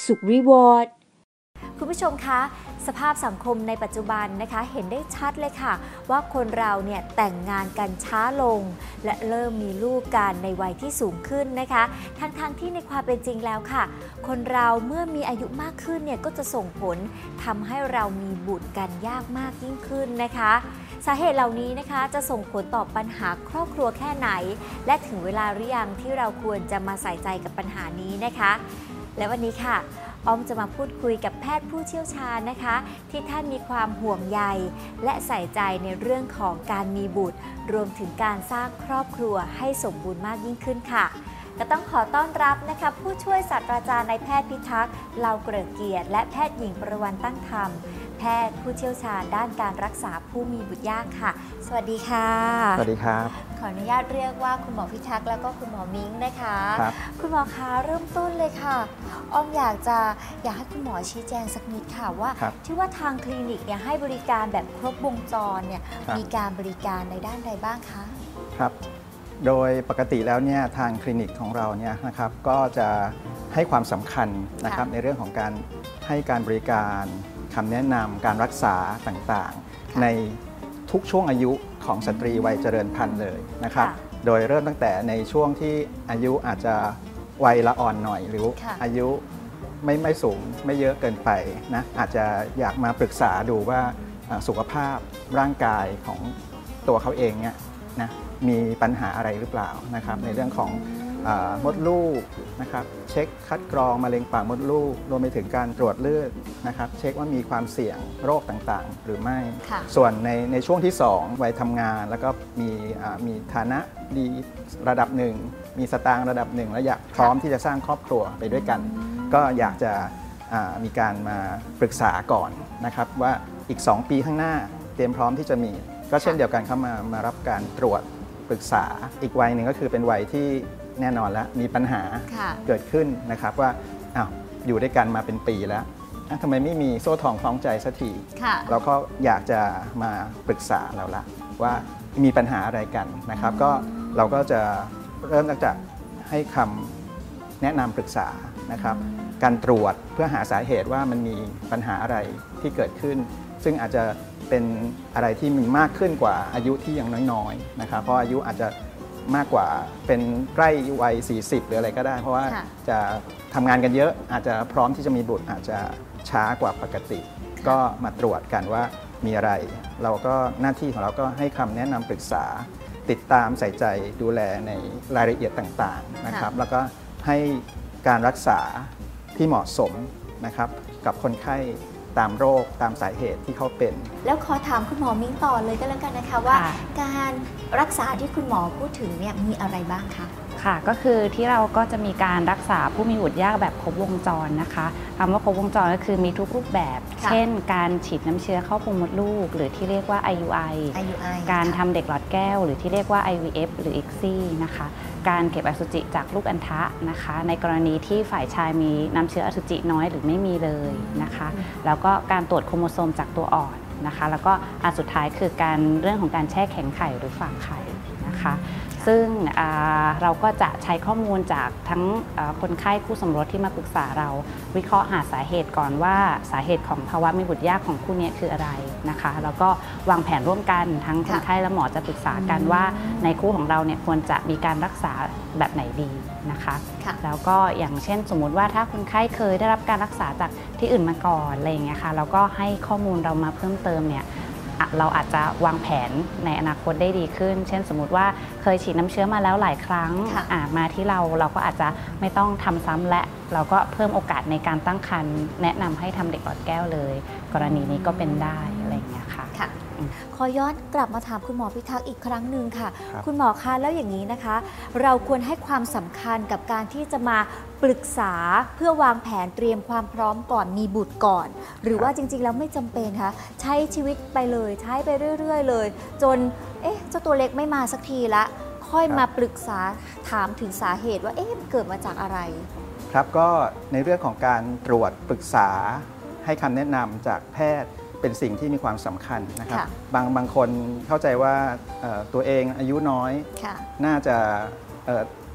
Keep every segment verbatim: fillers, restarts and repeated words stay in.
สุขรีวอร์ดคุณผู้ชมคะสภาพสังคมในปัจจุบันนะคะเห็นได้ชัดเลยค่ะว่าคนเราเนี่ยแต่งงานกันช้าลงและเริ่มมีลูกกันในวัยที่สูงขึ้นนะคะทั้งๆ ท, ที่ในความเป็นจริงแล้วค่ะคนเราเมื่อมีอายุมากขึ้นเนี่ยก็จะส่งผลทำให้เรามีบุตรกันยากมากยิ่งขึ้นนะคะสาเหตุเหล่านี้นะคะจะส่งผลต่อปัญหาครอบครัวแค่ไหนและถึงเวลาหรือยังที่เราควรจะมาใส่ใจกับปัญหานี้นะคะและวันนี้ค่ะอ้อมจะมาพูดคุยกับแพทย์ผู้เชี่ยวชาญนะคะที่ท่านมีความห่วงใยและใส่ใจในเรื่องของการมีบุตรรวมถึงการสร้างครอบครัวให้สมบูรณ์มากยิ่งขึ้นค่ะก็ต้องขอต้อนรับนะคะผู้ช่วยศาสตราจารย์นายแพทย์พิทักษ์เลาเกริกเกียรติและแพทย์หญิงประวันตั้งธรรมแพทย์ผู้เชี่ยวชาญด้านการรักษาผู้มีบุตรยากค่ะสวัสดีค่ะสวัสดีครับขออนุญาตเรียกว่าคุณหมอพิทักษ์แล้วก็คุณหมอมิ้งนะคะครับคุณหมอคะเริ่มต้นเลยค่ะอ้อมอยากจะอยากให้คุณหมอชี้แจงสักนิดค่ะว่าที่ว่าทางคลินิกเนี่ยให้บริการแบบครบวงจรเนี่ยมีการบริการในด้านใดบ้างคะครับโดยปกติแล้วเนี่ยทางคลินิกของเราเนี่ยนะครับก็จะให้ความสำคัญนะครับในเรื่องของการให้การบริการคำแนะนำการรักษาต่างๆในทุกช่วงอายุของสตรีวัยเจริญพันธุ์เลยนะครับโดยเริ่มตั้งแต่ในช่วงที่อายุอาจจะวัยละอ่อนหน่อยหรืออายุไม่ไม่สูงไม่เยอะเกินไปนะอาจจะอยากมาปรึกษาดูว่าสุขภาพร่างกายของตัวเขาเองเนี่ยนะมีปัญหาอะไรหรือเปล่านะครับในเรื่องของมดลูกนะครับเช็คคัดกรองมะเร็งปากมดลูกรวมไปถึงการตรวจเลือดนะครับเช็คว่ามีความเสี่ยงโรคต่างๆหรือไม่ส่วนในในช่วงที่สองวัยทำงานแล้วก็มีมีฐานะดีระดับหนึ่งมีสตางค์ระดับหนึ่งและอยากพร้อมที่จะสร้างครอบครัวไปด้วยกันก็อยากจะมีการมาปรึกษาก่อนนะครับว่าอีกสองปีข้างหน้าเตรียมพร้อมที่จะมีก็เช่นเดียวกันเข้ามามารับการตรวจปรึกษาอีกวัยหนึ่งก็คือเป็นวัยที่แน่นอนแล้วมีปัญหาเกิดขึ้นนะครับว่าอ้าวอยู่ด้วยกันมาเป็นปีแล้วทำไมไม่มีโซ่ทองคล้องใจสักทีเราก็อยากจะมาปรึกษาเราละว่ามีปัญหาอะไรกันนะครับก็เราก็จะเริ่มตั้งแต่ให้คำแนะนำปรึกษานะครับการตรวจเพื่อหาสาเหตุว่ามันมีปัญหาอะไรที่เกิดขึ้นซึ่งอาจจะเป็นอะไรที่มีมากขึ้นกว่าอายุที่ยังน้อยๆนะครับเพราะอายุอาจจะมากกว่าเป็นใกล้วัยสี่สิบหรืออะไรก็ได้เพราะว่าจะทำงานกันเยอะอาจจะพร้อมที่จะมีบุตรอาจจะช้ากว่าปกติก็มาตรวจกันว่ามีอะไรเราก็หน้าที่ของเราก็ให้คำแนะนำปรึกษาติดตามใส่ใจดูแลในรายละเอียดต่างๆนะครับแล้วก็ให้การรักษาที่เหมาะสมนะครับกับคนไข้ตามโรคตามสาเหตุที่เขาเป็นแล้วขอถามคุณหมอมิ้งต่อเลยก็แล้วกันนะคะว่าการรักษาที่คุณหมอพูดถึงเนี่ยมีอะไรบ้างคะค่ะก็คือที่เราก็จะมีการรักษาผู้มีบุตรยากแบบครบวงจรนะคะคำว่าครบวงจรก็คือมีทุกรูปแบบเช่นการฉีดน้ำเชื้อเข้าพุงมดลูกหรือที่เรียกว่า ไอ ยู ไอ การทำเด็กหลอดแก้วหรือที่เรียกว่า ไอ วี เอฟ หรือ อี ซี นะคะการเก็บอสุจิจากลูกอัณฑะนะคะในกรณีที่ฝ่ายชายมีน้ำเชื้ออสุจิน้อยหรือไม่มีเลยนะคะแล้วก็การตรวจโครโมโซมจากตัวอ่อนนะคะแล้วก็อันสุดท้ายคือการเรื่องของการแช่แข็งไข่หรือฝากไข่นะคะซึ่งเราก็จะใช้ข้อมูลจากทั้งคนไข้คู่สมรสที่มาปรึกษาเราวิเคราะห์หาสาเหตุก่อนว่าสาเหตุของภาวะมีบุตรยากของคู่นี้คืออะไรนะคะแล้วก็วางแผนร่วมกันทั้งคนไข้และหมอจะปรึกษากันว่าในคู่ของเราเนี่ยควรจะมีการรักษาแบบไหนดีนะคะแล้วก็อย่างเช่นสมมุติว่าถ้าคนไข้เคยได้รับการรักษาจากที่อื่นมาก่อนอะไรอย่างเงี้ยค่ะแล้วก็ให้ข้อมูลเรามาเพิ่มเติมเนี่ยเราอาจจะวางแผนในอนาคตได้ดีขึ้นเช่นสมมุติว่าเคยฉีดน้ำเชื้อมาแล้วหลายครั้งมาที่เราเราก็อาจจะไม่ต้องทำซ้ำและเราก็เพิ่มโอกาสในการตั้งครรภ์แนะนำให้ทำเด็กหลอดแก้วเลยกรณีนี้ก็เป็นได้อะไรอย่างเงี้ยค่ะขอย้อนกลับมาถามคุณหมอพิทักษ์อีกครั้งหนึ่งค่ะ ค, คุณหมอคะแล้วอย่างนี้นะคะเราควรให้ความสำคัญกับการที่จะมาปรึกษาเพื่อวางแผนเตรียมความพร้อมก่อนมีบุตรก่อนหรือว่าจริงๆแล้วไม่จำเป็นคะใช้ชีวิตไปเลยใช้ไปเรื่อยๆเลยจนเอ๊ะเจ้าตัวเล็กไม่มาสักทีละค่อยมาปรึกษาถามถึงสาเหตุว่าเอ๊ะเกิดมาจากอะไรครับก็ในเรื่องของการตรวจปรึกษาให้คำแนะนำจากแพทย์เป็นสิ่งที่มีความสำคัญนะครับบางบางคนเข้าใจว่าตัวเองอายุน้อยน่าจะ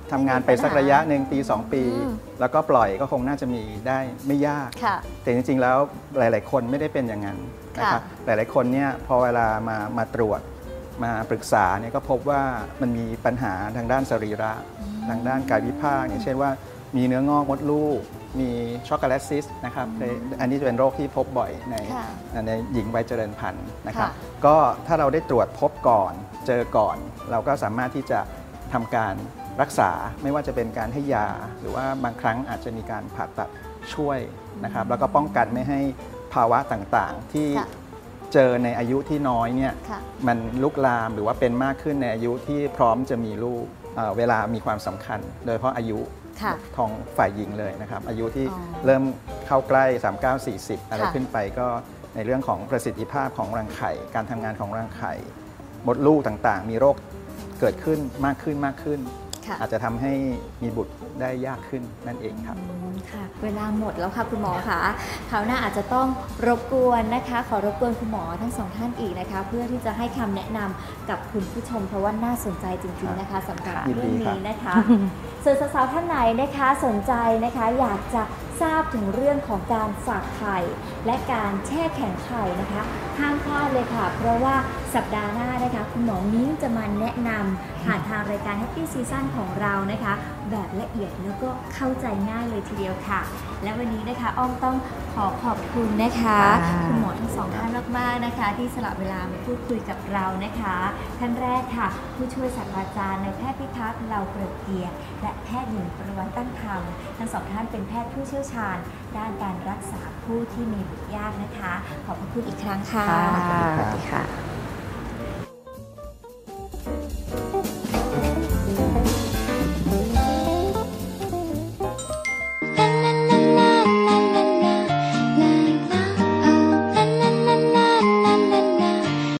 ทำงานไปสักระยะหนึ่งปีสองปี แล้วก็ปล่อยก็คงน่าจะมีได้ไม่ยากแต่จริงๆแล้วหลายๆคนไม่ได้เป็นอย่างนั้นนะครับหลายๆคนเนี่ยพอเวลามามาตรวจมาปรึกษาเนี่ยก็พบว่ามันมีปัญหาทางด้านสรีระทางด้านกายวิภาคอย่างเช่นว่ามีเนื้องอกมดลูกมีช็อกโกแลตซิสนะครับอันนี้จะเป็นโรคที่พบบ่อยในในหญิงวัยเจริญพันธุ์นะครับก็ถ้าเราได้ตรวจพบก่อนเจอก่อนเราก็สามารถที่จะทำการรักษาไม่ว่าจะเป็นการให้ยาหรือว่าบางครั้งอาจจะมีการผ่าตัดช่วยนะครับแล้วก็ป้องกันไม่ให้ภาวะต่างๆที่เจอในอายุที่น้อยเนี่ยมันลุกลามหรือว่าเป็นมากขึ้นในอายุที่พร้อมจะมีลูกเวลามีความสำคัญโดยเฉพาะอายุทองฝ่ายหญิงเลยนะครับอายุที่เริ่มเข้าใกล้สามสิบเก้า สี่สิบอะไรขึ้นไปก็ในเรื่องของประสิทธิภาพของรังไข่การทำงานของรังไข่มดลูกต่างๆมีโรคเกิดขึ้นมากขึ้นมากขึ้นอาจจะทำให้มีบุตรได้ยากขึ้นนั่นเองครับค่ะเวลาหมดแล้วค่ะคุณหมอคะคราวหน้าอาจจะต้องรบกวนนะคะขอรบกวนคุณหมอทั้งสองท่านอีกนะคะเพื่อที่จะให้คำแนะนำกับคุณผู้ชมเพราะว่าน่าสนใจจริงๆนะคะสำหรับเรื่องนี้นะคะส่วนสาวๆท่านไหนนะคะสนใจนะคะอยากจะทราบถึงเรื่องของการฝากไข่และการแช่แข็งไข่นะคะห้ามพลาดเลยค่ะเพราะว่าสัปดาห์หน้านะคะคุณหมอมิ้งจะมาแนะนำผ่านทางรายการ Happy Season ของเรานะคะแบบละเอียดแล้วก็เข้าใจง่ายเลยทีเดียวค่ะและวันนี้นะคะอ้อมต้องขอขอบคุณนะคะคุณหมอทั้งสองท่านมากๆนะคะที่สละเวลามาพูดคุยกับเรานะคะท่านแรกค่ะผู้ช่วยศาสตราจารย์นายแพทย์พิทักษ์เหล่าเกริกเกียรติและแพทย์หญิงประวัติตั้งธรรมทั้งสองท่านเป็นแพทย์ผู้เชี่ยวชาญด้านการรักษาผู้ที่มีบุตรยากนะคะขอบพระคุณอีกครั้งค่ะสวัสดีค่ะ